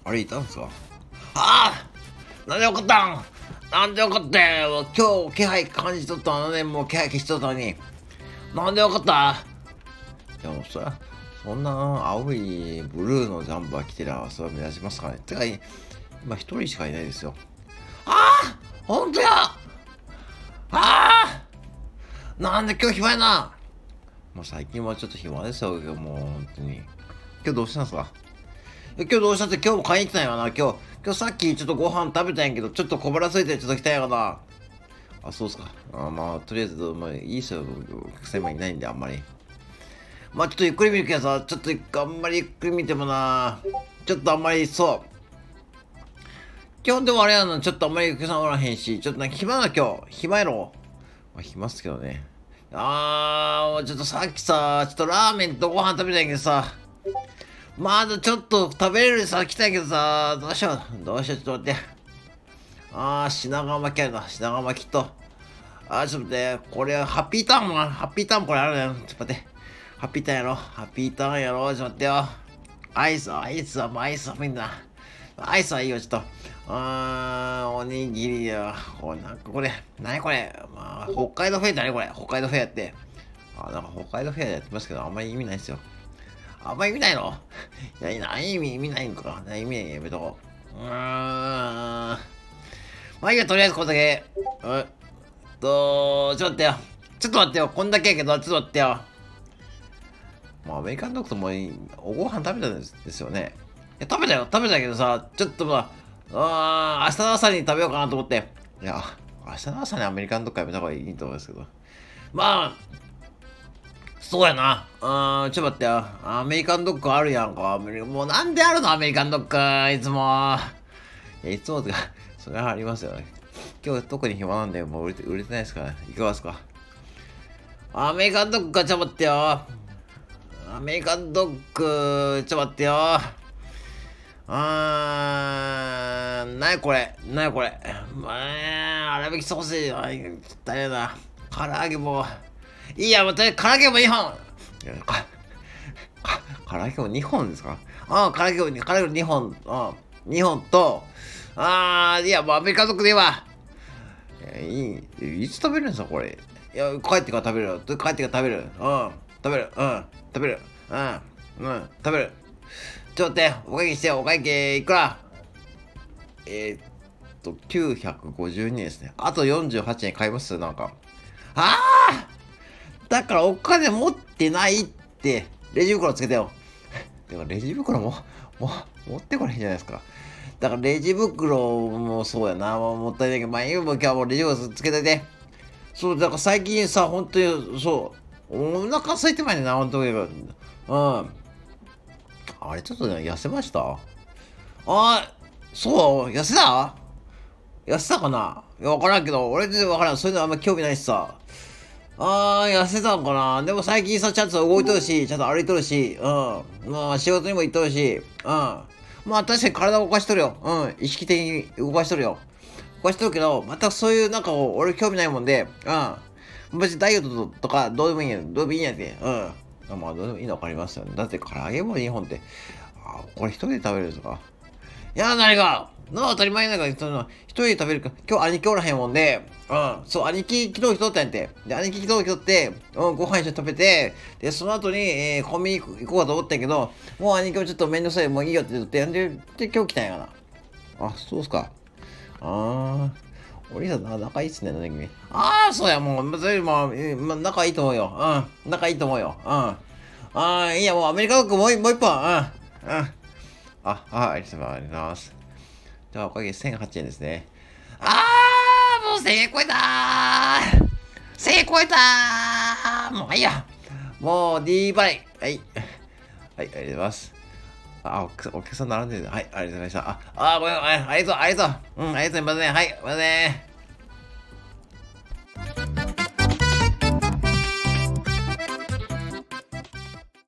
あれいたんですか？ああ、なんでよかったん、なんでよかったよ。今日気配感じとったのね。もう気配消しとったのに。なんでよかった。でもそんな青いブルーのジャンバー着てりゃそれは目立ちますかね。てか今一人しかいないですよ。ああ、ほんとや。ああ、なんで今日暇やな。もう最近はちょっと暇ですよ。もう本当に。今日どうしたんですか？今日どうしたって、今日も買いに来たんやな。今日さっきちょっとご飯食べたんやけど、ちょっと小腹空いてちょっと来たんやかな。あ、そうっすか。まあとりあえず、まあいいっすよ。お客様いないんであんまり。まあちょっとゆっくり見るけどさ、ちょっとあんまりゆっくり見てもな、ちょっとあんまりそう。基本でもあれやな、ちょっとあんまりお客さんおらへんし、ちょっとなんか暇な今日。暇やろ。まあ暇っすけどね。もうちょっとさっきさ、ちょっとラーメンとご飯食べたんやけどさ、まだちょっと食べれるさ、来たんやけどさ、どうしよう、ちょっと待って。品川巻きあるな、品川巻きと。ちょっと待って、これ、ハッピーターンこれあるね。ちょっと待って。ハッピーターンやろ、ハッピーターンやろ、ちょっと待ってよ。アイスはみんな。アイスはいいよ、ちょっと。おにぎりや。なんかこれ、なにこれ。まあ、北海道フェアだね、これ。北海道フェアって。なんか北海道フェアでやってますけど、あんまり意味ないですよ。あんまり意味ないの？いや、意味ないんか。意味ないやめとこう。まあいいや、とりあえずこんだけ。ちょっと待ってよ。ちょっと待ってよ。こんだけやけど、ちょっと待ってよ。もうアメリカンドッグともおご飯食べたんですよね。いや、食べたけどさ、ちょっと明日の朝に食べようかなと思って。いや、明日の朝にアメリカンドッグやめた方がいいと思うんですけど。まあ、そうやな。ちょっと待ってよ。アメリカンドッグあるやんか。もうなんであるのアメリカンドッグ。いつも。いつもとか、それはありますよね。今日特に暇なんで、もう売れてないですから、いかがですか？アメリカンドッグか、ちょっと待ってよ。アメリカンドッグ、ちょっと待ってよ。なにこれ。粗挽きソーセージ、大変だ。唐揚げも。いいや、もうとりあえず唐揚げも2本。唐揚げも2本ですか？唐揚げも2本。2本と、いや、もうアメリカンドッグでいいわ。いつ食べるんですか、これ。いや、帰ってから食べる。食べる。食べる。ちょっと待って、お会計してよ。お会計いくら？952円ですね。あと48円買いますなんか。だからお金持ってないって、レジ袋つけてよ。でもレジ袋も持ってこないじゃないですか。だからレジ袋もそうやな。もったいないけど、まあ今日はもうレジ袋つけといて。そう、だから最近さ、本当に、そう、お腹空いてまいねんな、本当に。あれ、ちょっとね、痩せました？そう、痩せたかな。いや、わからんけど、俺全然わからん。そういうのあんま興味ないしさ。痩せたのかな。でも最近さ、ちゃんと動いとるし、ちゃんと歩いとるし、まあ仕事にも行っとるし、まあ確かに体を動かしとるよ。意識的に動かしとるよ。動かしとるけど、全くそういうなんか俺興味ないもんで、別にダイエットとかどうでもいいんや、どうでもいいんやて、まあどうでもいいの分かりますよね。だって唐揚げも2本って、これ一人で食べるとか。いや、何が当たり前だから、一人で食べるか。今日兄貴おらへんもんで、そう、兄貴昨日来とったんやて。で、兄貴昨日来とって、ご飯一緒に食べて、で、その後に、コンビニ行こうかと思ったんやけど、もう兄貴もちょっとめんどくさい、もういいよって言って、で、今日来たんやがな。そうっすか。お兄さん、仲いいっすね、君。そうや、もう、それも、仲いいと思うよ。仲いいと思うよ。いや、もうアメリカドッグもう一本。ありがとうございます。じゃあ、おかげで1008円ですね。もう1000円超えたー。1000円超えたー。もういいや。もう D 払い。はい。はい、ありがとうございます。お客さん並んでる。はい、ありがとうございました。ごめん、ありがとう。ありがとうございますね。はい、またね。